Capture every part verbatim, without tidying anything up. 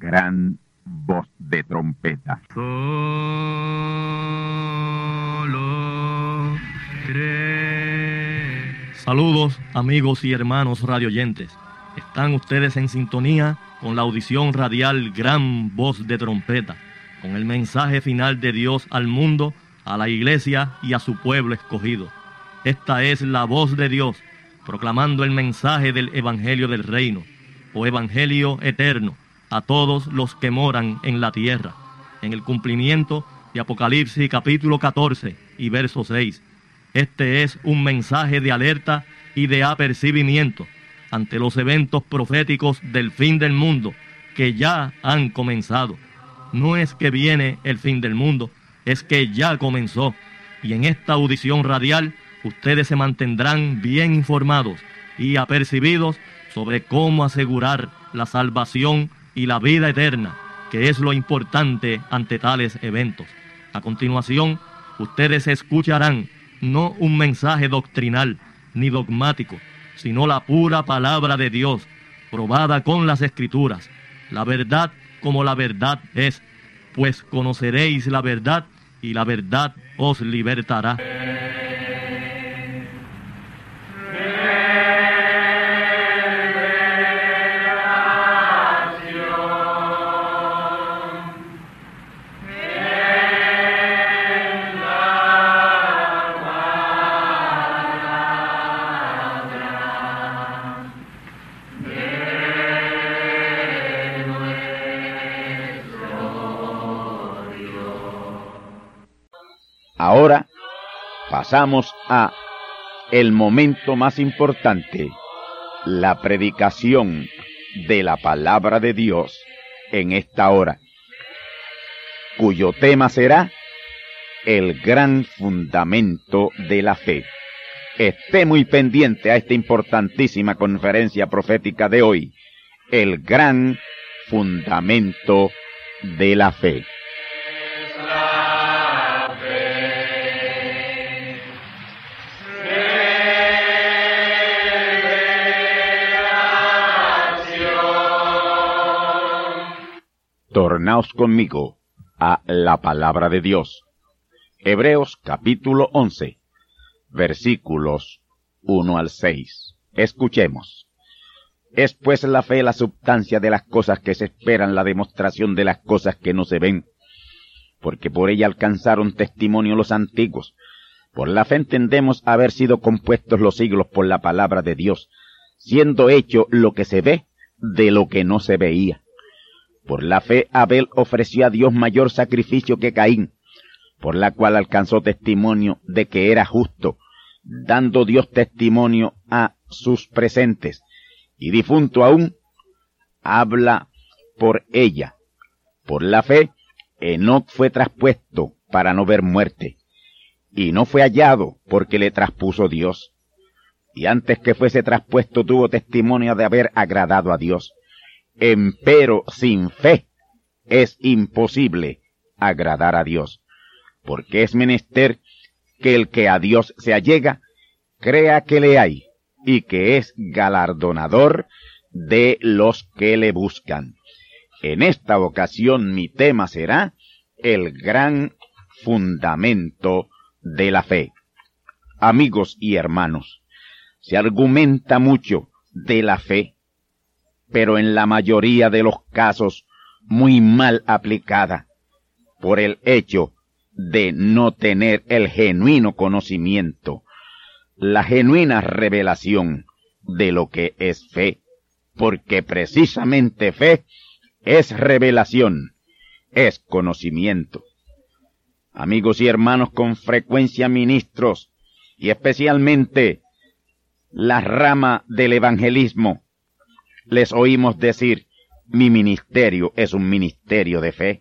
gran voz de trompeta. Solo cree. Saludos, amigos y hermanos radioyentes. Están ustedes en sintonía con la audición radial Gran Voz de Trompeta, con el mensaje final de Dios al mundo, a la iglesia y a su pueblo escogido. Esta es la voz de Dios, proclamando el mensaje del Evangelio del Reino, o Evangelio eterno, a todos los que moran en la tierra, en el cumplimiento de Apocalipsis capítulo catorce y verso seis. Este es un mensaje de alerta y de apercibimiento ante los eventos proféticos del fin del mundo que ya han comenzado. No es que viene el fin del mundo, es que ya comenzó. Y en esta audición radial, ustedes se mantendrán bien informados y apercibidos sobre cómo asegurar la salvación y la vida eterna, que es lo importante ante tales eventos. A continuación, ustedes escucharán no un mensaje doctrinal ni dogmático, sino la pura palabra de Dios, probada con las Escrituras, la verdad como la verdad es, pues conoceréis la verdad y la verdad os libertará. Ahora pasamos a el momento más importante, la predicación de la palabra de Dios en esta hora, cuyo tema será el gran fundamento de la fe. Esté muy pendiente a esta importantísima conferencia profética de hoy, el gran fundamento de la fe. Tornaos conmigo a la palabra de Dios. Hebreos capítulo once, versículos uno al seis. Escuchemos. Es pues la fe la substancia de las cosas que se esperan, la demostración de las cosas que no se ven, porque por ella alcanzaron testimonio los antiguos. Por la fe entendemos haber sido compuestos los siglos por la palabra de Dios, siendo hecho lo que se ve de lo que no se veía. Por la fe Abel ofreció a Dios mayor sacrificio que Caín, por la cual alcanzó testimonio de que era justo, dando Dios testimonio a sus presentes, y difunto aún, habla por ella. Por la fe Enoc fue traspuesto para no ver muerte, y no fue hallado porque le traspuso Dios. Y antes que fuese traspuesto tuvo testimonio de haber agradado a Dios. Empero sin fe es imposible agradar a Dios, porque es menester que el que a Dios se allega crea que le hay y que es galardonador de los que le buscan. En esta ocasión mi tema será el gran fundamento de la fe. Amigos y hermanos, se argumenta mucho de la fe, pero en la mayoría de los casos muy mal aplicada, por el hecho de no tener el genuino conocimiento, la genuina revelación de lo que es fe, porque precisamente fe es revelación, es conocimiento. Amigos y hermanos, con frecuencia ministros, y especialmente la rama del evangelismo, les oímos decir, mi ministerio es un ministerio de fe.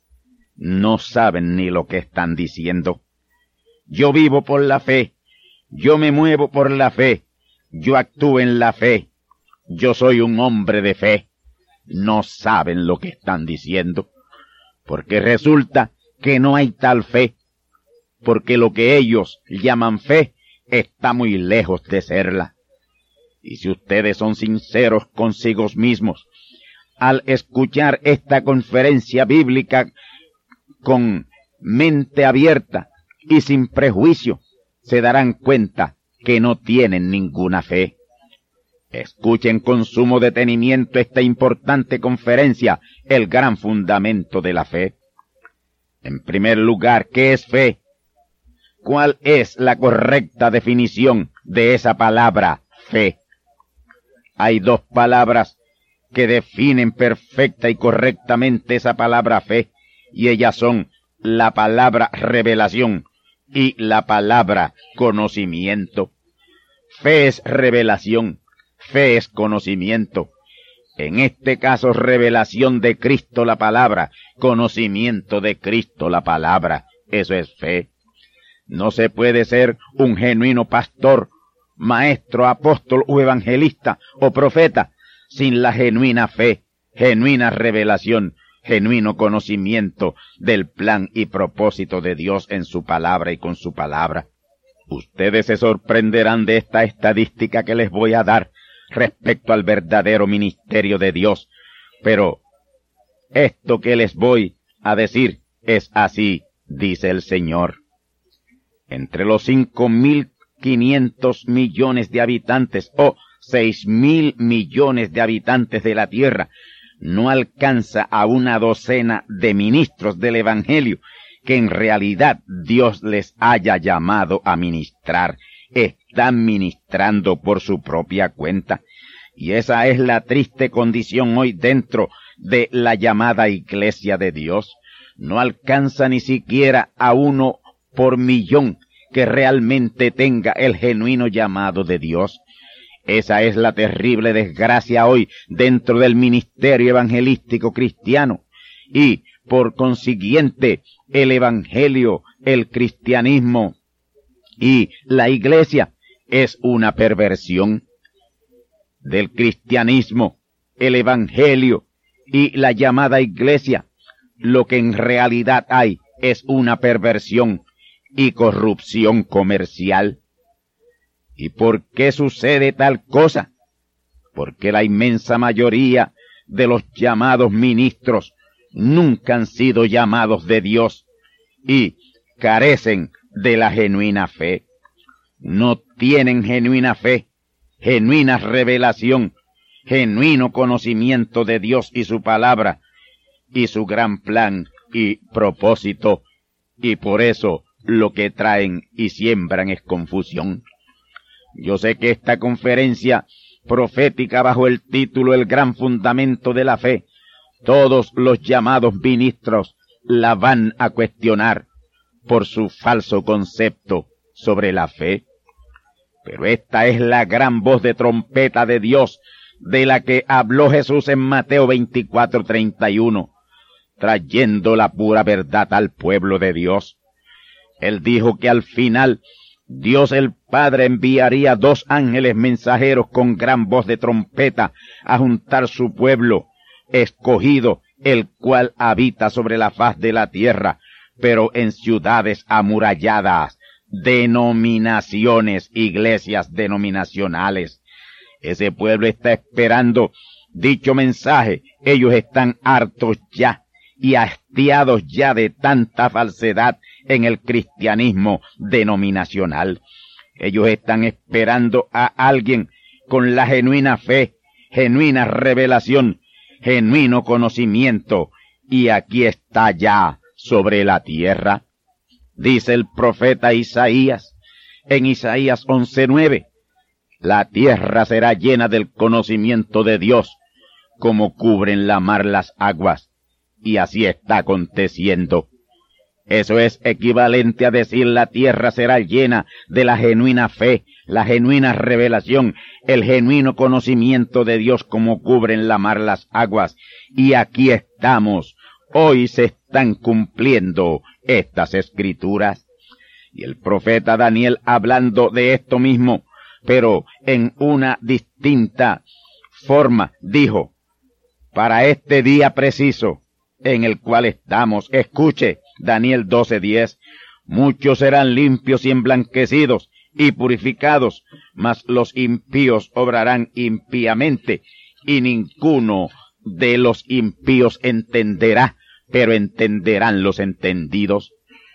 No saben ni lo que están diciendo. Yo vivo por la fe, yo me muevo por la fe, yo actúo en la fe, yo soy un hombre de fe. No saben lo que están diciendo, porque resulta que no hay tal fe, porque lo que ellos llaman fe está muy lejos de serla. Y si ustedes son sinceros consigo mismos, al escuchar esta conferencia bíblica con mente abierta y sin prejuicio, se darán cuenta que no tienen ninguna fe. Escuchen con sumo detenimiento esta importante conferencia, el gran fundamento de la fe. En primer lugar, ¿qué es fe? ¿Cuál es la correcta definición de esa palabra fe? Hay dos palabras que definen perfecta y correctamente esa palabra fe, y ellas son la palabra revelación y la palabra conocimiento. Fe es revelación, fe es conocimiento. En este caso, revelación de Cristo la palabra, conocimiento de Cristo la palabra. Eso es fe. No se puede ser un genuino pastor, maestro, apóstol o evangelista o profeta sin la genuina fe, genuina revelación, genuino conocimiento del plan y propósito de Dios en su palabra y con su palabra. Ustedes se sorprenderán de esta estadística que les voy a dar respecto al verdadero ministerio de Dios, pero esto que les voy a decir es así, dice el Señor. Entre los cinco mil quinientos millones de habitantes o seis mil millones de habitantes de la tierra, no alcanza a una docena de ministros del Evangelio que en realidad Dios les haya llamado a ministrar. Están ministrando por su propia cuenta. Y esa es la triste condición hoy dentro de la llamada Iglesia de Dios. No alcanza ni siquiera a uno por millón que realmente tenga el genuino llamado de Dios. Esa es la terrible desgracia hoy dentro del ministerio evangelístico cristiano. Y, por consiguiente, el evangelio, el cristianismo y la iglesia es una perversión. Del cristianismo, el evangelio y la llamada iglesia, lo que en realidad hay es una perversión y corrupción comercial. ¿Y por qué sucede tal cosa? Porque la inmensa mayoría de los llamados ministros nunca han sido llamados de Dios y carecen de la genuina fe. No tienen genuina fe, genuina revelación, genuino conocimiento de Dios y su palabra y su gran plan y propósito, y por eso lo que traen y siembran es confusión. Yo sé que esta conferencia profética bajo el título El gran fundamento de la fe, todos los llamados ministros la van a cuestionar por su falso concepto sobre la fe. Pero esta es la gran voz de trompeta de Dios de la que habló Jesús en Mateo veinticuatro treinta y uno, trayendo la pura verdad al pueblo de Dios. Él dijo que al final Dios el Padre enviaría dos ángeles mensajeros con gran voz de trompeta a juntar su pueblo escogido, el cual habita sobre la faz de la tierra, pero en ciudades amuralladas, denominaciones, iglesias denominacionales. Ese pueblo está esperando dicho mensaje. Ellos están hartos ya y hastiados ya de tanta falsedad en el cristianismo denominacional. Ellos están esperando a alguien con la genuina fe, genuina revelación, genuino conocimiento, y aquí está ya sobre la tierra. Dice el profeta Isaías, en Isaías once nueve, la tierra será llena del conocimiento de Dios, como cubren la mar las aguas, y así está aconteciendo. Eso es equivalente a decir la tierra será llena de la genuina fe, la genuina revelación, el genuino conocimiento de Dios como cubren la mar las aguas. Y aquí estamos, hoy se están cumpliendo estas escrituras. Y el profeta Daniel hablando de esto mismo, pero en una distinta forma, dijo, para este día preciso en el cual estamos, escuche, Daniel doce diez, muchos serán limpios y emblanquecidos y purificados, mas los impíos obrarán impíamente, y ninguno de los impíos entenderá, pero entenderán los entendidos.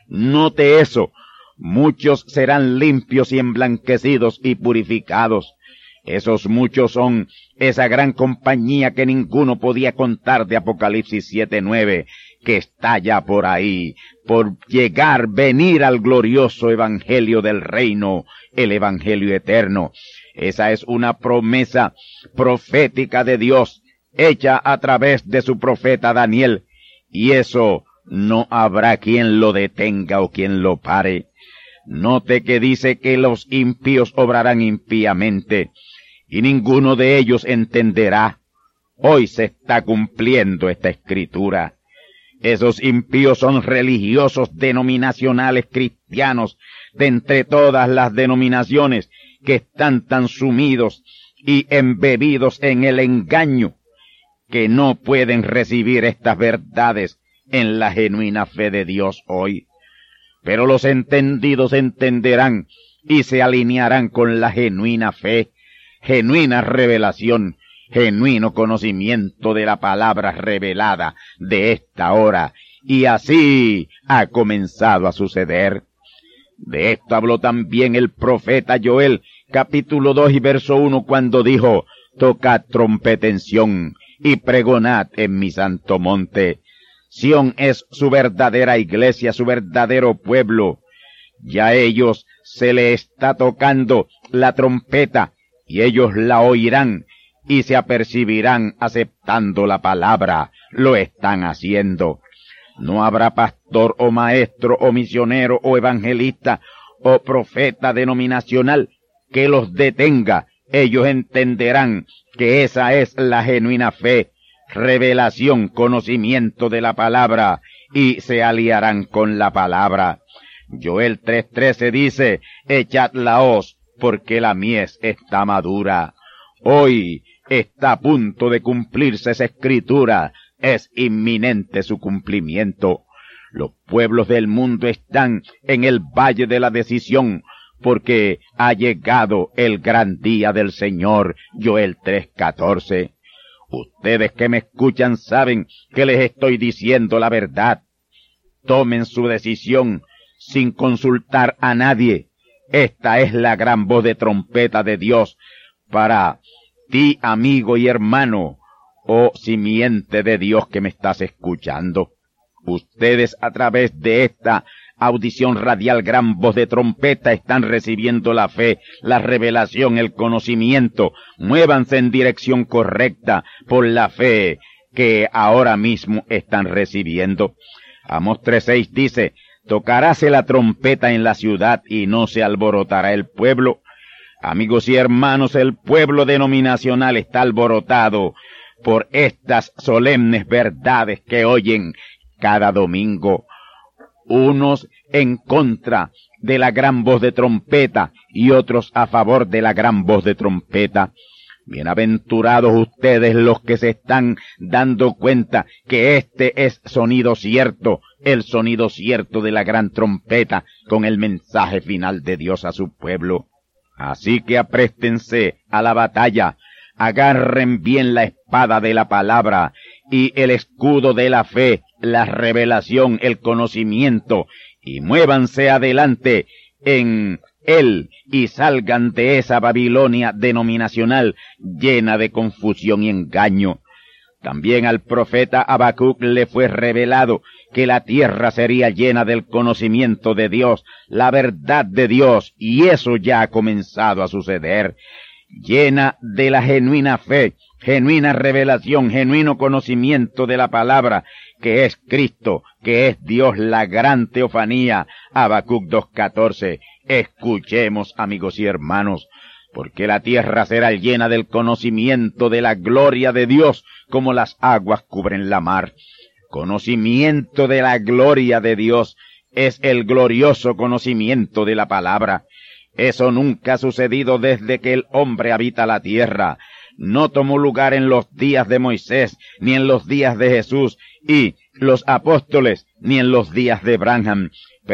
Note eso, muchos serán limpios y emblanquecidos y purificados. Esos muchos son esa gran compañía que ninguno podía contar de Apocalipsis siete nueve, que está ya por ahí, por llegar, venir al glorioso evangelio del reino, el evangelio eterno. Esa es una promesa profética de Dios, hecha a través de su profeta Daniel, y eso no habrá quien lo detenga o quien lo pare. Note que dice que los impíos obrarán impíamente, y ninguno de ellos entenderá. Hoy se está cumpliendo esta escritura. Esos impíos son religiosos denominacionales cristianos de entre todas las denominaciones que están tan sumidos y embebidos en el engaño que no pueden recibir estas verdades en la genuina fe de Dios hoy. Pero los entendidos entenderán y se alinearán con la genuina fe, genuina revelación, genuino conocimiento de la palabra revelada de esta hora, y así ha comenzado a suceder. De esto habló también el profeta Joel, capítulo dos y verso uno, cuando dijo: tocad trompeta en Sión y pregonad en mi santo monte. Sión es su verdadera iglesia, su verdadero pueblo. Ya a ellos se le está tocando la trompeta, y ellos la oirán y se apercibirán aceptando la palabra. Lo están haciendo. No habrá pastor o maestro o misionero o evangelista o profeta denominacional que los detenga. Ellos entenderán que esa es la genuina fe, revelación, conocimiento de la palabra, y se aliarán con la palabra. Joel tres trece dice: echad la hoz, porque la mies está madura. Hoy está a punto de cumplirse esa escritura, es inminente su cumplimiento. Los pueblos del mundo están en el valle de la decisión, porque ha llegado el gran día del Señor. Joel tres catorce. Ustedes que me escuchan saben que les estoy diciendo la verdad. Tomen su decisión sin consultar a nadie. Esta es la gran voz de trompeta de Dios para ti, amigo y hermano, oh simiente de Dios que me estás escuchando. Ustedes a través de esta audición radial, gran voz de trompeta, están recibiendo la fe, la revelación, el conocimiento. Muévanse en dirección correcta por la fe que ahora mismo están recibiendo. Amós tres seis dice: tocaráse la trompeta en la ciudad y no se alborotará el pueblo. Amigos y hermanos, el pueblo denominacional está alborotado por estas solemnes verdades que oyen cada domingo. Unos en contra de la gran voz de trompeta y otros a favor de la gran voz de trompeta. Bienaventurados ustedes los que se están dando cuenta que este es sonido cierto, el sonido cierto de la gran trompeta con el mensaje final de Dios a su pueblo. Así que apréstense a la batalla, agarren bien la espada de la palabra y el escudo de la fe, la revelación, el conocimiento, y muévanse adelante en él y salgan de esa Babilonia denominacional llena de confusión y engaño. También al profeta Habacuc le fue revelado que la tierra sería llena del conocimiento de Dios, la verdad de Dios, y eso ya ha comenzado a suceder. Llena de la genuina fe, genuina revelación, genuino conocimiento de la palabra, que es Cristo, que es Dios, la gran teofanía. Habacuc dos catorce. Escuchemos, amigos y hermanos, porque la tierra será llena del conocimiento de la gloria de Dios, como las aguas cubren la mar. Conocimiento de la gloria de Dios es el glorioso conocimiento de la palabra. Eso nunca ha sucedido desde que el hombre habita la tierra. No tomó lugar en los días de Moisés, ni en los días de Jesús y los apóstoles, ni en los días de Branham, pero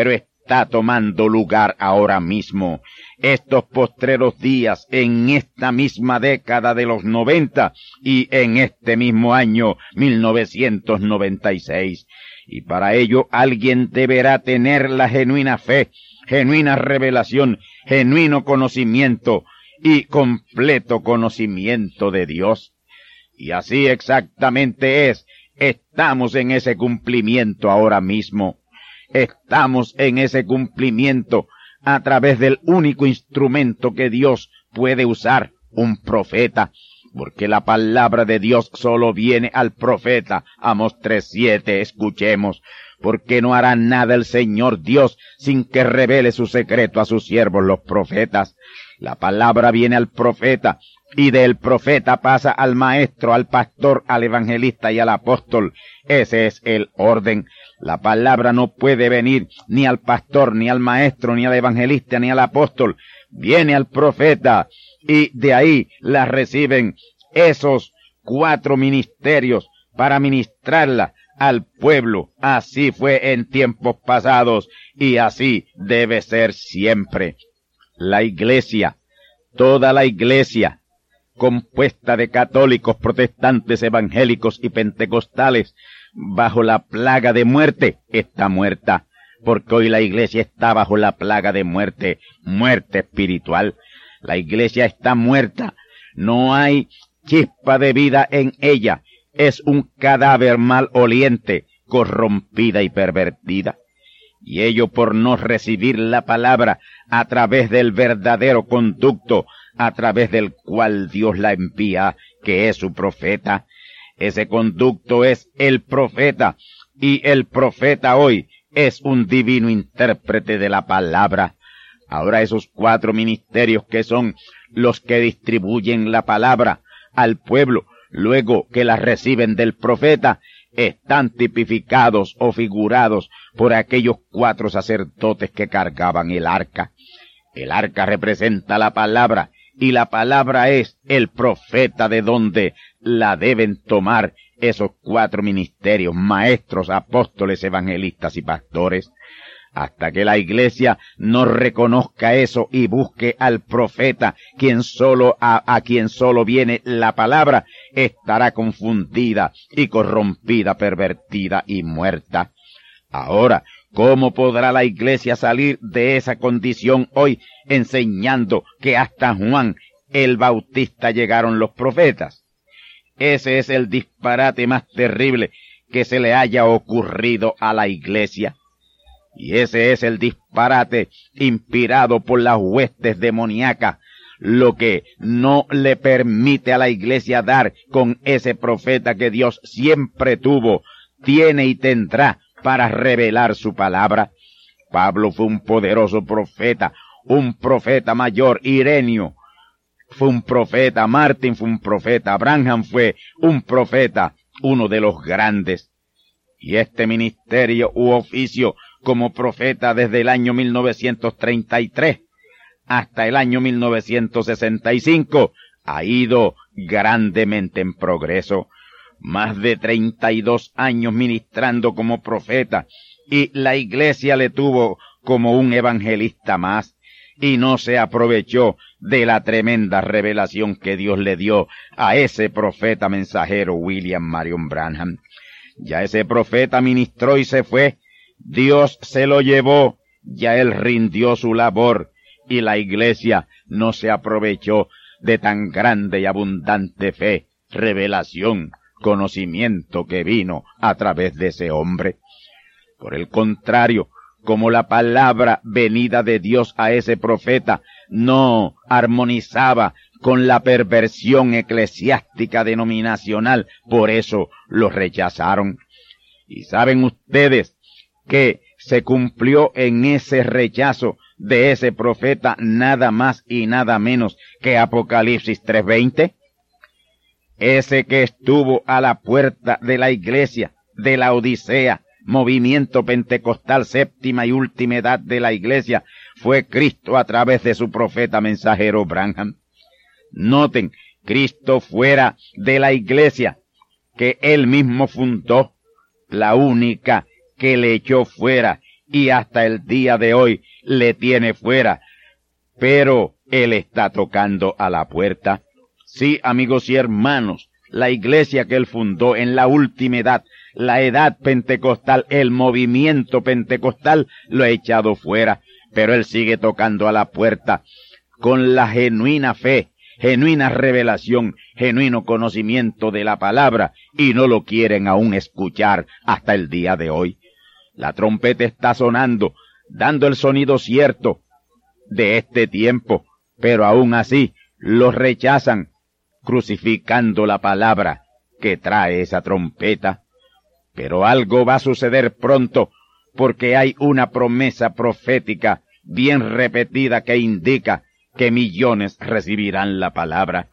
está tomando lugar ahora mismo. Estos postreros días, en esta misma década de los noventa y en este mismo año mil novecientos noventa y seis. Y para ello alguien deberá tener la genuina fe, genuina revelación, genuino conocimiento y completo conocimiento de Dios. Y así exactamente es. Estamos en ese cumplimiento ahora mismo. Estamos en ese cumplimiento a través del único instrumento que Dios puede usar, un profeta, porque la palabra de Dios solo viene al profeta. Amos tres siete, escuchemos, porque no hará nada el Señor Dios sin que revele su secreto a sus siervos los profetas. La palabra viene al profeta, y del profeta pasa al maestro, al pastor, al evangelista y al apóstol. Ese es el orden. La palabra no puede venir ni al pastor, ni al maestro, ni al evangelista, ni al apóstol. Viene al profeta, y de ahí la reciben esos cuatro ministerios para ministrarla al pueblo. Así fue en tiempos pasados, y así debe ser siempre. La iglesia, toda la iglesia, compuesta de católicos, protestantes, evangélicos y pentecostales, bajo la plaga de muerte, está muerta, porque hoy la iglesia está bajo la plaga de muerte, muerte espiritual. La iglesia está muerta, no hay chispa de vida en ella, es un cadáver maloliente, corrompida y pervertida. Y ello por no recibir la palabra a través del verdadero conducto, a través del cual Dios la envía, que es su profeta. Ese conducto es el profeta, y el profeta hoy es un divino intérprete de la palabra. Ahora esos cuatro ministerios que son los que distribuyen la palabra al pueblo, luego que la reciben del profeta, están tipificados o figurados por aquellos cuatro sacerdotes que cargaban el arca. El arca representa la palabra, y la palabra es el profeta, de donde la deben tomar esos cuatro ministerios, maestros, apóstoles, evangelistas y pastores. Hasta que la iglesia no reconozca eso y busque al profeta, quien solo a, a quien solo viene la palabra, estará confundida y corrompida, pervertida y muerta. Ahora, ¿cómo podrá la iglesia salir de esa condición hoy, enseñando que hasta Juan el Bautista llegaron los profetas? Ese es el disparate más terrible que se le haya ocurrido a la iglesia. Y ese es el disparate inspirado por las huestes demoníacas, lo que no le permite a la iglesia dar con ese profeta que Dios siempre tuvo, tiene y tendrá para revelar su palabra. Pablo fue un poderoso profeta, un profeta mayor. Ireneo fue un profeta, Martín fue un profeta, Branham fue un profeta, uno de los grandes. Y este ministerio u oficio como profeta desde el año mil novecientos treinta y tres hasta el año mil novecientos sesenta y cinco ha ido grandemente en progreso. Más de treinta y dos años ministrando como profeta, y la iglesia le tuvo como un evangelista más, y no se aprovechó de la tremenda revelación que Dios le dio a ese profeta mensajero William Marion Branham. Ya ese profeta ministró y se fue, Dios se lo llevó, ya él rindió su labor, y la iglesia no se aprovechó de tan grande y abundante fe, revelación, conocimiento que vino a través de ese hombre. Por el contrario, como la palabra venida de Dios a ese profeta no armonizaba con la perversión eclesiástica denominacional, por eso lo rechazaron. Y saben ustedes que se cumplió en ese rechazo de ese profeta nada más y nada menos que Apocalipsis tres veinte. Ese que estuvo a la puerta de la iglesia de la Odisea, movimiento pentecostal, séptima y última edad de la iglesia, fue Cristo a través de su profeta mensajero Branham. Noten, Cristo fuera de la iglesia que él mismo fundó, la única que le echó fuera y hasta el día de hoy le tiene fuera, pero él está tocando a la puerta. Sí, amigos y hermanos, la iglesia que él fundó en la última edad, la edad pentecostal, el movimiento pentecostal, lo ha echado fuera, pero él sigue tocando a la puerta con la genuina fe, genuina revelación, genuino conocimiento de la palabra, y no lo quieren aún escuchar hasta el día de hoy. La trompeta está sonando, dando el sonido cierto de este tiempo, pero aún así lo rechazan, crucificando la palabra que trae esa trompeta. Pero algo va a suceder pronto, porque hay una promesa profética bien repetida que indica que millones recibirán la palabra.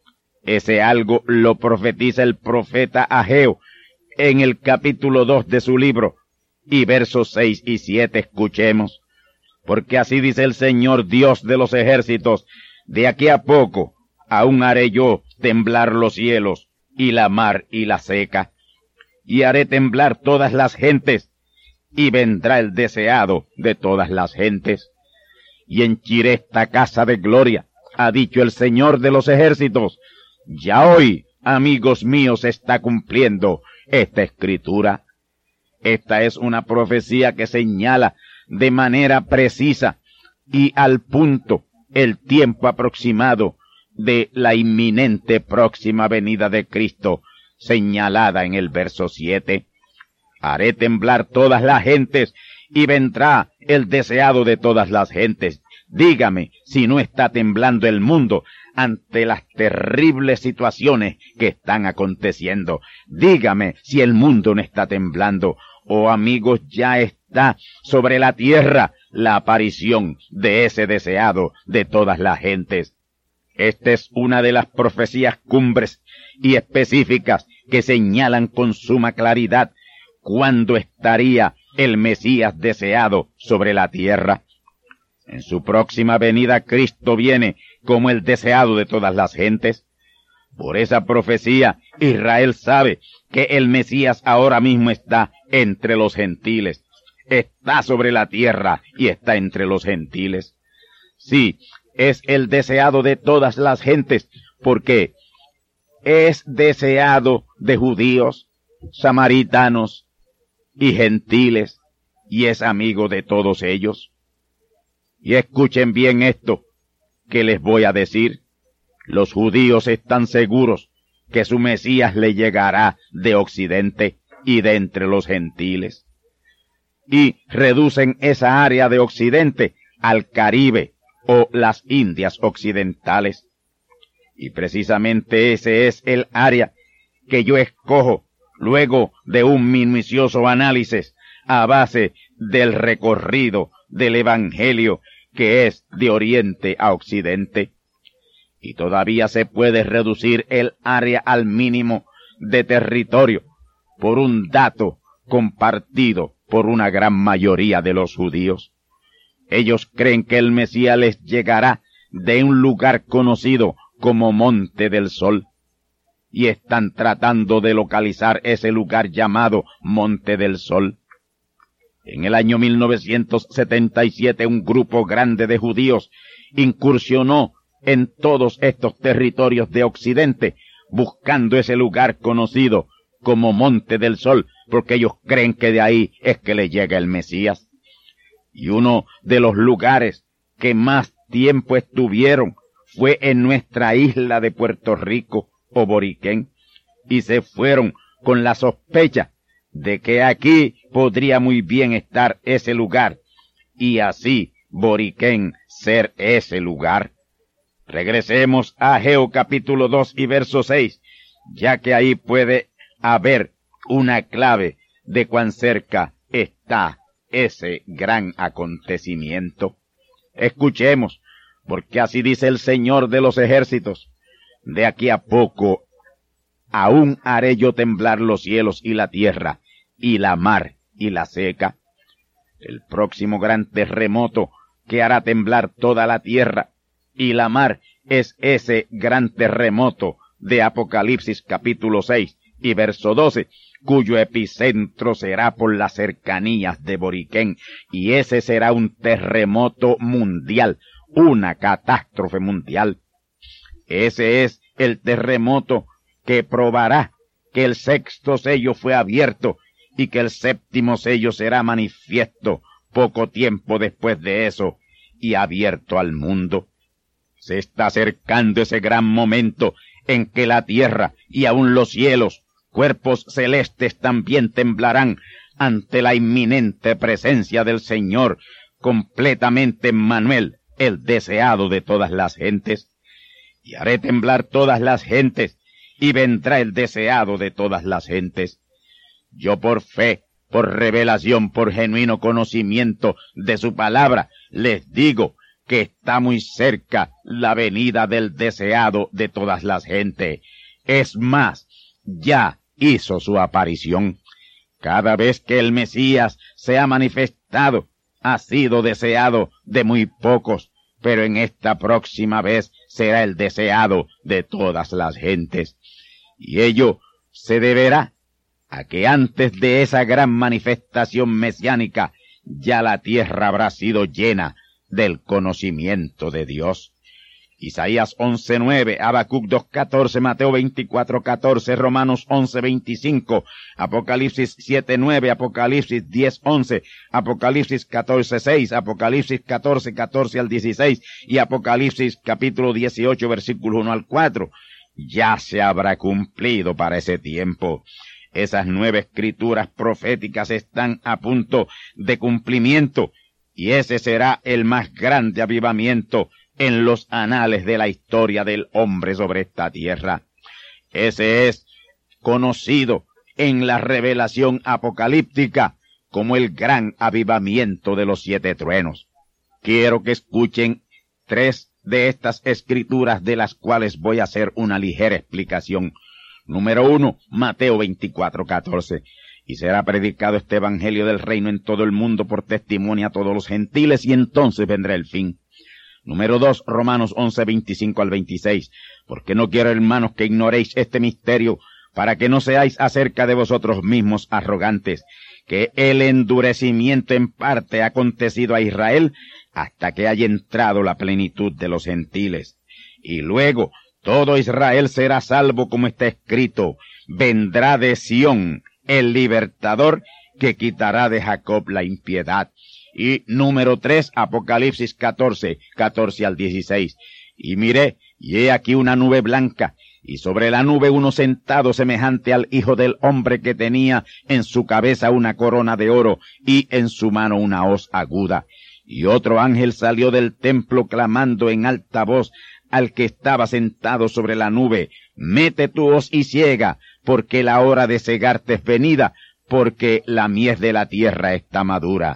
Ese algo lo profetiza el profeta Ageo en el capítulo dos de su libro, y versos seis y siete escuchemos. Porque así dice el Señor Dios de los ejércitos: de aquí a poco aún haré yo temblar los cielos, y la mar y la seca, y haré temblar todas las gentes, y vendrá el deseado de todas las gentes, y henchiré esta casa de gloria, ha dicho el Señor de los ejércitos. Ya hoy, amigos míos, está cumpliendo esta escritura. Esta es una profecía que señala de manera precisa y al punto el tiempo aproximado de la inminente próxima venida de Cristo, señalada en el verso siete. Haré temblar todas las gentes, y vendrá el deseado de todas las gentes. Dígame si no está temblando el mundo ante las terribles situaciones que están aconteciendo. Dígame si el mundo no está temblando. Oh amigos, ya está sobre la tierra la aparición de ese deseado de todas las gentes. Esta es una de las profecías cumbres y específicas que señalan con suma claridad cuándo estaría el Mesías deseado sobre la tierra. En su próxima venida Cristo viene como el deseado de todas las gentes. Por esa profecía, Israel sabe que el Mesías ahora mismo está entre los gentiles. Está sobre la tierra y está entre los gentiles. Sí, es el deseado de todas las gentes, porque es deseado de judíos, samaritanos y gentiles, y es amigo de todos ellos. Y escuchen bien esto que les voy a decir. Los judíos están seguros que su Mesías le llegará de occidente y de entre los gentiles, y reducen esa área de occidente al Caribe o las Indias occidentales. Y precisamente ese es el área que yo escojo luego de un minucioso análisis a base del recorrido del Evangelio, que es de oriente a occidente. Y todavía se puede reducir el área al mínimo de territorio por un dato compartido por una gran mayoría de los judíos. Ellos creen que el Mesías les llegará de un lugar conocido como Monte del Sol, y están tratando de localizar ese lugar llamado Monte del Sol. En el año mil novecientos setenta y siete un grupo grande de judíos incursionó en todos estos territorios de Occidente, buscando ese lugar conocido como Monte del Sol, porque ellos creen que de ahí es que le llega el Mesías. Y uno de los lugares que más tiempo estuvieron fue en nuestra isla de Puerto Rico o Boriquén, y se fueron con la sospecha de que aquí podría muy bien estar ese lugar, y así Boriquén ser ese lugar. Regresemos a Ageo capítulo dos y verso seis, ya que ahí puede haber una clave de cuán cerca está ese gran acontecimiento. Escuchemos, porque así dice el Señor de los ejércitos: de aquí a poco aún haré yo temblar los cielos y la tierra, y la mar y la seca. El próximo gran terremoto que hará temblar toda la tierra y la mar es ese gran terremoto de Apocalipsis capítulo seis y verso doce, cuyo epicentro será por las cercanías de Boriquén, y ese será un terremoto mundial, una catástrofe mundial. Ese es el terremoto que probará que el sexto sello fue abierto y que el séptimo sello será manifiesto poco tiempo después de eso y abierto al mundo. Se está acercando ese gran momento en que la tierra y aun los cielos, cuerpos celestes, también temblarán ante la inminente presencia del Señor, completamente Emmanuel, el deseado de todas las gentes. Y haré temblar todas las gentes, y vendrá el deseado de todas las gentes. Yo por fe, por revelación, por genuino conocimiento de su palabra, les digo que está muy cerca la venida del deseado de todas las gentes. Es más, ya hizo su aparición. Cada vez que el Mesías se ha manifestado, ha sido deseado de muy pocos, pero en esta próxima vez será el deseado de todas las gentes. Y ello se deberá a que antes de esa gran manifestación mesiánica ya la tierra habrá sido llena del conocimiento de Dios. Isaías once nueve, Habacuc dos catorce, Mateo veinticuatro catorce, Romanos once veinticinco, Apocalipsis siete nueve, Apocalipsis diez once, Apocalipsis catorce seis, Apocalipsis catorce catorce al dieciséis y Apocalipsis capítulo dieciocho, versículo uno al cuatro. Ya se habrá cumplido para ese tiempo. Esas nueve escrituras proféticas están a punto de cumplimiento, y ese será el más grande avivamiento en los anales de la historia del hombre sobre esta tierra. Ese es conocido en la revelación apocalíptica como el gran avivamiento de los siete truenos. Quiero que escuchen tres de estas escrituras, de las cuales voy a hacer una ligera explicación. Número uno, Mateo veinticuatro catorce. Y será predicado este evangelio del reino en todo el mundo por testimonio a todos los gentiles, y entonces vendrá el fin. Número dos, Romanos once veinticinco al veintiséis. Porque no quiero, hermanos, que ignoréis este misterio, para que no seáis acerca de vosotros mismos arrogantes, que el endurecimiento en parte ha acontecido a Israel, hasta que haya entrado la plenitud de los gentiles. Y luego todo Israel será salvo, como está escrito: vendrá de Sión el libertador, que quitará de Jacob la impiedad. Y número tres, Apocalipsis catorce, catorce al dieciséis. Y miré, y he aquí una nube blanca, y sobre la nube uno sentado semejante al Hijo del Hombre, que tenía en su cabeza una corona de oro, y en su mano una hoz aguda. Y otro ángel salió del templo clamando en alta voz al que estaba sentado sobre la nube: mete tu hoz y ciega, porque la hora de cegarte es venida, porque la mies de la tierra está madura.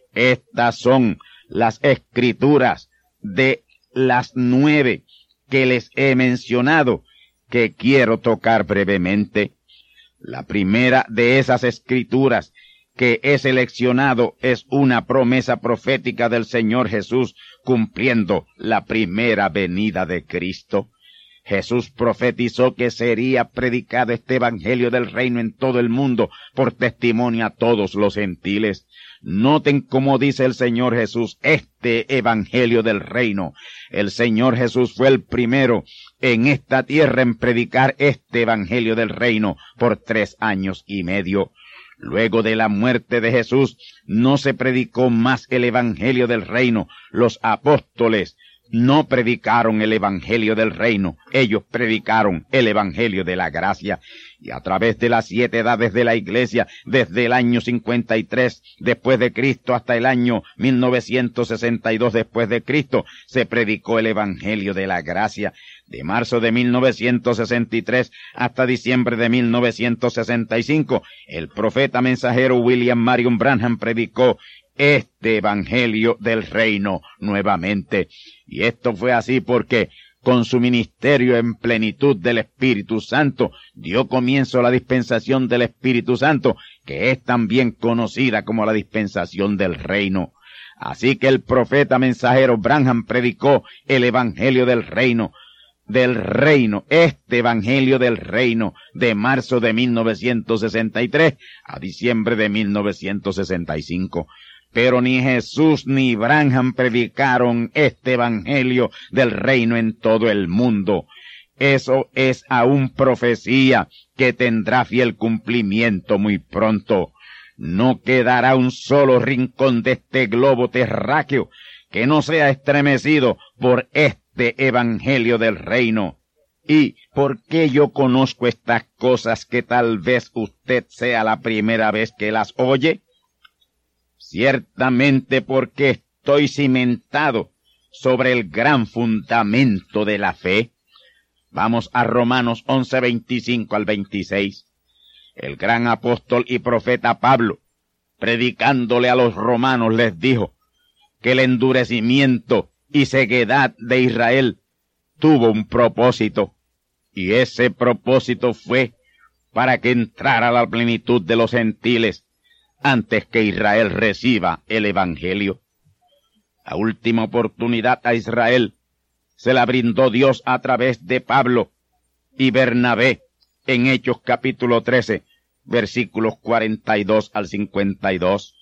Estas son las escrituras de las nueve que les he mencionado, que quiero tocar brevemente. La primera de esas escrituras que he seleccionado es una promesa profética del Señor Jesús, cumpliendo la primera venida de Cristo. Jesús profetizó que sería predicado este evangelio del reino en todo el mundo por testimonio a todos los gentiles. Noten cómo dice el Señor Jesús, este evangelio del reino. El Señor Jesús fue el primero en esta tierra en predicar este evangelio del reino por tres años y medio. Luego de la muerte de Jesús, no se predicó más el evangelio del reino. Los apóstoles no predicaron el evangelio del reino, ellos predicaron el evangelio de la gracia. Y a través de las siete edades de la iglesia, desde el año cincuenta y tres después de Cristo hasta el año mil novecientos sesenta y dos después de Cristo, se predicó el evangelio de la gracia. De marzo de mil novecientos sesenta y tres hasta diciembre de mil novecientos sesenta y cinco, el profeta mensajero William Marion Branham predicó este evangelio del reino nuevamente. Y esto fue así porque, con su ministerio en plenitud del Espíritu Santo, dio comienzo a la dispensación del Espíritu Santo, que es también conocida como la dispensación del reino. Así que el profeta mensajero Branham predicó el evangelio del reino. del reino, este evangelio del reino de marzo de mil novecientos sesenta y tres a diciembre de mil novecientos sesenta y cinco. Pero ni Jesús ni Branham predicaron este evangelio del reino en todo el mundo. Eso es aún profecía que tendrá fiel cumplimiento muy pronto. No quedará un solo rincón de este globo terráqueo que no sea estremecido por este evangelio del reino. ¿Y por qué yo conozco estas cosas que tal vez usted sea la primera vez que las oye? Ciertamente porque estoy cimentado sobre el gran fundamento de la fe. Vamos a Romanos once, veinticinco al veintiséis. El gran apóstol y profeta Pablo, predicándole a los romanos, les dijo que el endurecimiento y ceguedad de Israel tuvo un propósito, y ese propósito fue para que entrara la plenitud de los gentiles antes que Israel reciba el evangelio. La última oportunidad a Israel se la brindó Dios a través de Pablo y Bernabé en Hechos capítulo trece, versículos cuarenta y dos al cincuenta y dos.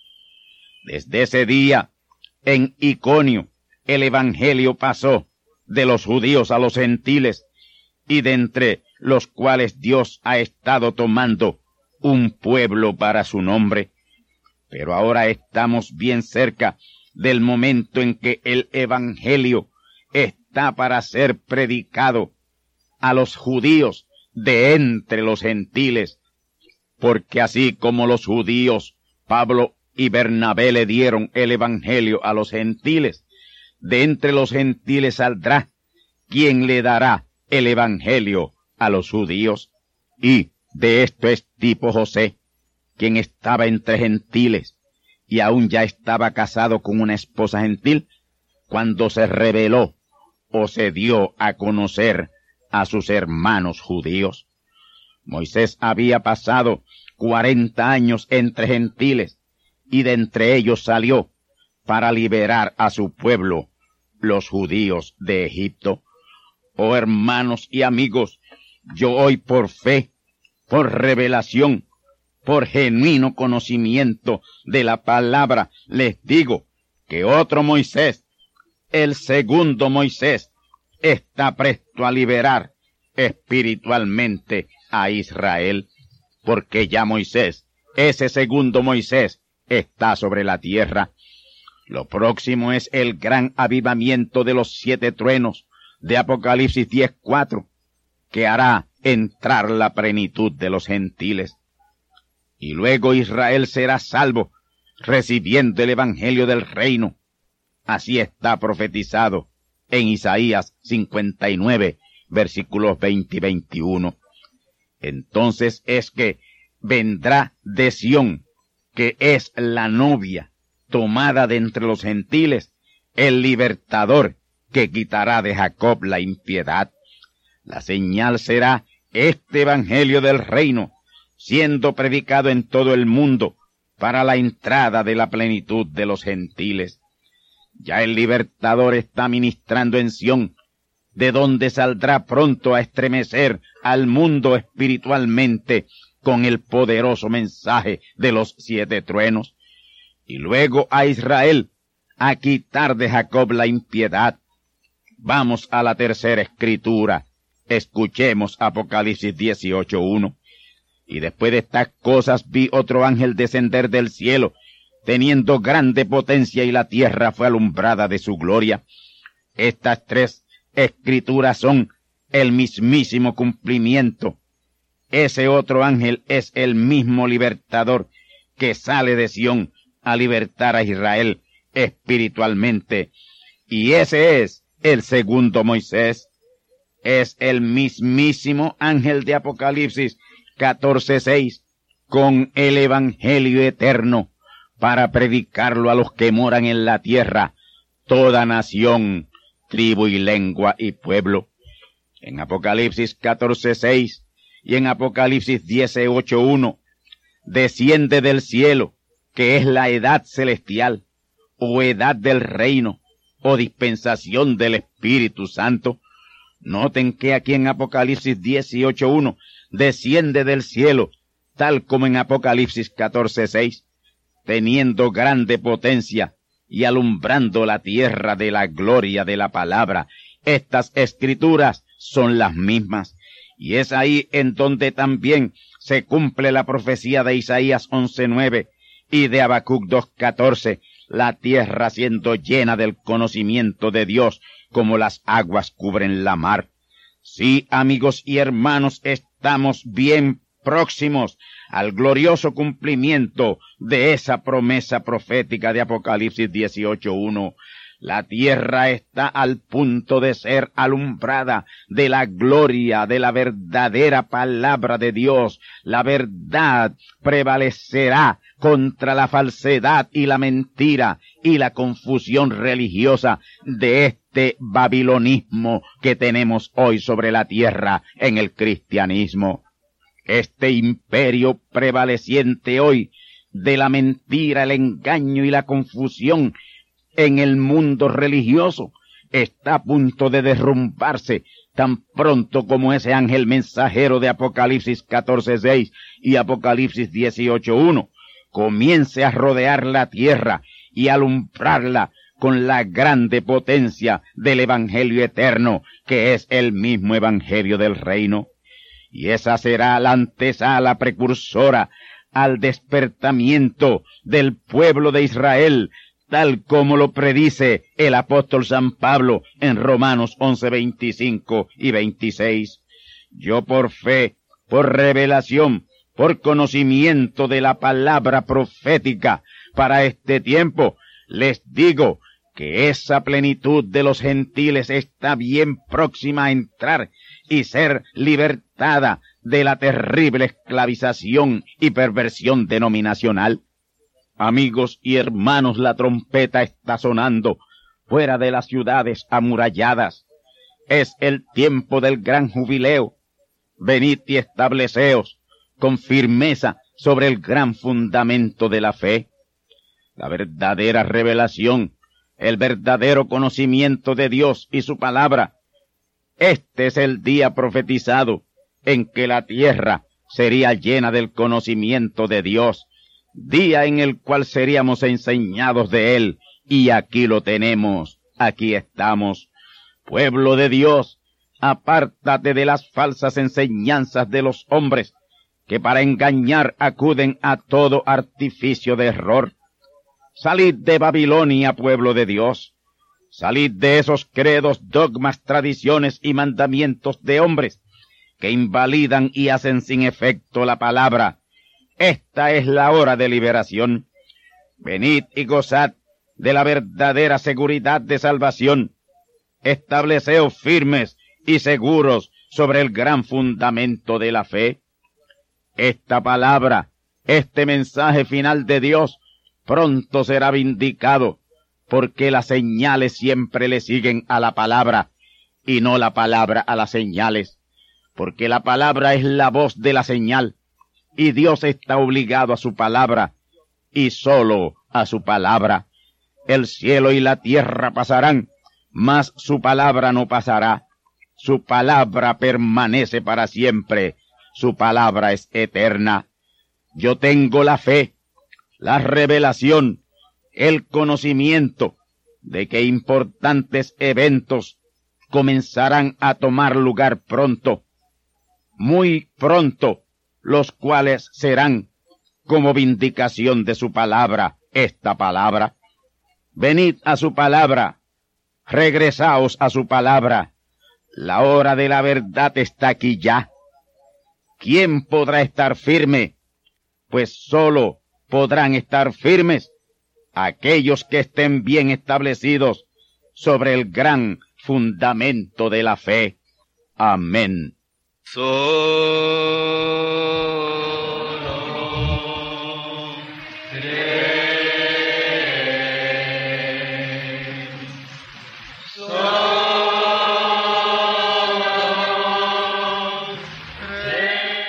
Desde ese día, en Iconio, el evangelio pasó de los judíos a los gentiles, y de entre los cuales Dios ha estado tomando un pueblo para su nombre. Pero ahora estamos bien cerca del momento en que el evangelio está para ser predicado a los judíos de entre los gentiles, porque así como los judíos, Pablo y Bernabé le dieron el evangelio a los gentiles, de entre los gentiles saldrá quien le dará el evangelio a los judíos. Y de esto es tipo José, quien estaba entre gentiles y aún ya estaba casado con una esposa gentil, cuando se reveló o se dio a conocer a sus hermanos judíos. Moisés había pasado cuarenta años entre gentiles, y de entre ellos salió para liberar a su pueblo, los judíos de Egipto. Oh hermanos y amigos, yo hoy por fe, por revelación, por genuino conocimiento de la palabra, les digo que otro Moisés, el segundo Moisés, está presto a liberar espiritualmente a Israel, porque ya Moisés, ese segundo Moisés, está sobre la tierra. Lo próximo es el gran avivamiento de los siete truenos de Apocalipsis diez cuatro, que hará entrar la plenitud de los gentiles. Y luego Israel será salvo, recibiendo el evangelio del reino. Así está profetizado en Isaías cincuenta y nueve, versículos veinte y veintiuno. Entonces es que vendrá de Sión, que es la novia tomada de entre los gentiles, el libertador que quitará de Jacob la impiedad. La señal será este evangelio del reino, siendo predicado en todo el mundo para la entrada de la plenitud de los gentiles. Ya el libertador está ministrando en Sión, de donde saldrá pronto a estremecer al mundo espiritualmente con el poderoso mensaje de los siete truenos, y luego a Israel a quitar de Jacob la impiedad. Vamos a la tercera escritura. Escuchemos Apocalipsis dieciocho uno. Y después de estas cosas vi otro ángel descender del cielo, teniendo grande potencia, y la tierra fue alumbrada de su gloria. Estas tres escrituras son el mismísimo cumplimiento. Ese otro ángel es el mismo libertador que sale de Sión a libertar a Israel espiritualmente. Y ese es el segundo Moisés. Es el mismísimo ángel de Apocalipsis catorce seis, con el evangelio eterno, para predicarlo a los que moran en la tierra, toda nación, tribu y lengua y pueblo. En Apocalipsis catorce seis y en Apocalipsis dieciocho uno, desciende del cielo, que es la edad celestial, o edad del reino, o dispensación del Espíritu Santo, Noten que aquí en Apocalipsis dieciocho uno desciende del cielo, tal como en Apocalipsis catorce seis, teniendo grande potencia y alumbrando la tierra de la gloria de la palabra. Estas escrituras son las mismas, y es ahí en donde también se cumple la profecía de Isaías once nueve y de Habacuc dos catorce, la tierra siendo llena del conocimiento de Dios, como las aguas cubren la mar. Sí, amigos y hermanos, estamos bien próximos al glorioso cumplimiento de esa promesa profética de Apocalipsis dieciocho uno. La tierra está al punto de ser alumbrada de la gloria de la verdadera palabra de Dios. La verdad prevalecerá contra la falsedad y la mentira y la confusión religiosa de este babilonismo que tenemos hoy sobre la tierra en el cristianismo. Este imperio prevaleciente hoy de la mentira, el engaño y la confusión en el mundo religioso está a punto de derrumbarse tan pronto como ese ángel mensajero de Apocalipsis catorce seis y Apocalipsis dieciocho uno comience a rodear la tierra y alumbrarla con la grande potencia del Evangelio eterno, que es el mismo Evangelio del reino. Y esa será la antesala precursora al despertamiento del pueblo de Israel, tal como lo predice el apóstol San Pablo en Romanos once veinticinco y veintiséis. Yo por fe, por revelación, por conocimiento de la palabra profética para este tiempo, les digo que esa plenitud de los gentiles está bien próxima a entrar y ser libertada de la terrible esclavización y perversión denominacional. Amigos y hermanos, la trompeta está sonando fuera de las ciudades amuralladas. Es el tiempo del gran jubileo. Venid y estableceos con firmeza sobre el gran fundamento de la fe. La verdadera revelación, el verdadero conocimiento de Dios y su palabra. Este es el día profetizado en que la tierra sería llena del conocimiento de Dios, día en el cual seríamos enseñados de Él, y aquí lo tenemos, aquí estamos. Pueblo de Dios, apártate de las falsas enseñanzas de los hombres, que para engañar acuden a todo artificio de error. Salid de Babilonia, pueblo de Dios. Salid de esos credos, dogmas, tradiciones y mandamientos de hombres que invalidan y hacen sin efecto la palabra. Esta es la hora de liberación. Venid y gozad de la verdadera seguridad de salvación. Estableceos firmes y seguros sobre el gran fundamento de la fe. Esta palabra, este mensaje final de Dios, pronto será vindicado, porque las señales siempre le siguen a la palabra, y no la palabra a las señales, porque la palabra es la voz de la señal, y Dios está obligado a su palabra, y solo a su palabra. El cielo y la tierra pasarán, mas su palabra no pasará. Su palabra permanece para siempre, su palabra es eterna. Yo tengo la fe, la revelación, el conocimiento de que importantes eventos comenzarán a tomar lugar pronto, muy pronto, los cuales serán como vindicación de su palabra, esta palabra. Venid a su palabra, regresaos a su palabra. La hora de la verdad está aquí ya. ¿Quién podrá estar firme? Pues solo podrán estar firmes aquellos que estén bien establecidos sobre el gran fundamento de la fe. Amén. Solo cree, solo cree.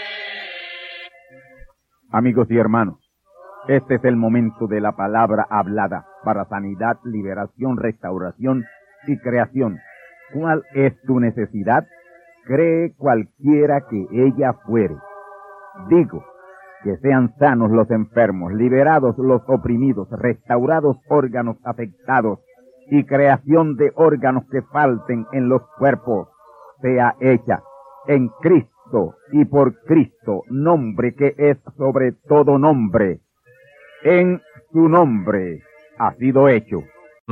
Amigos y hermanos, este es el momento de la palabra hablada para sanidad, liberación, restauración y creación cuál es tu necesidad, cree cualquiera que ella fuere. Digo, que sean sanos los enfermos, liberados los oprimidos, restaurados órganos afectados y creación de órganos que falten en los cuerpos sea hecha en Cristo y por Cristo, nombre que es sobre todo nombre. En su nombre ha sido hecho.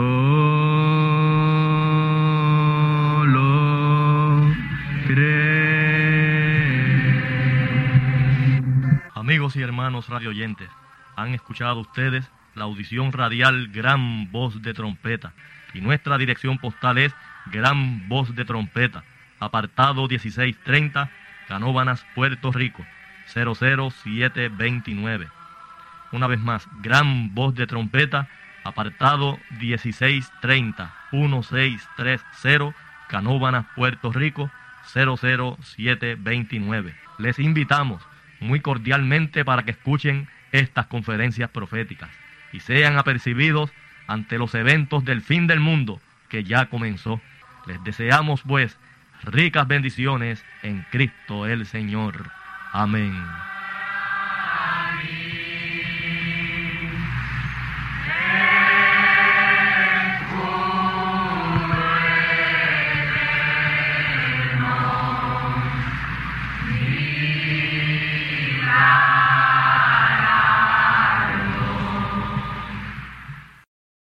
Amigos y hermanos radioyentes, han escuchado ustedes la audición radial Gran Voz de Trompeta, y nuestra dirección postal es Gran Voz de Trompeta, apartado dieciséis treinta, Canóvanas, Puerto Rico, cero cero siete veintinueve. Una vez más, Gran Voz de Trompeta, apartado dieciséis treinta, dieciséis treinta, Canóvanas, Puerto Rico, cero cero siete veintinueve. Les invitamos muy cordialmente para que escuchen estas conferencias proféticas y sean apercibidos ante los eventos del fin del mundo que ya comenzó. Les deseamos, pues, ricas bendiciones en Cristo el Señor. Amén.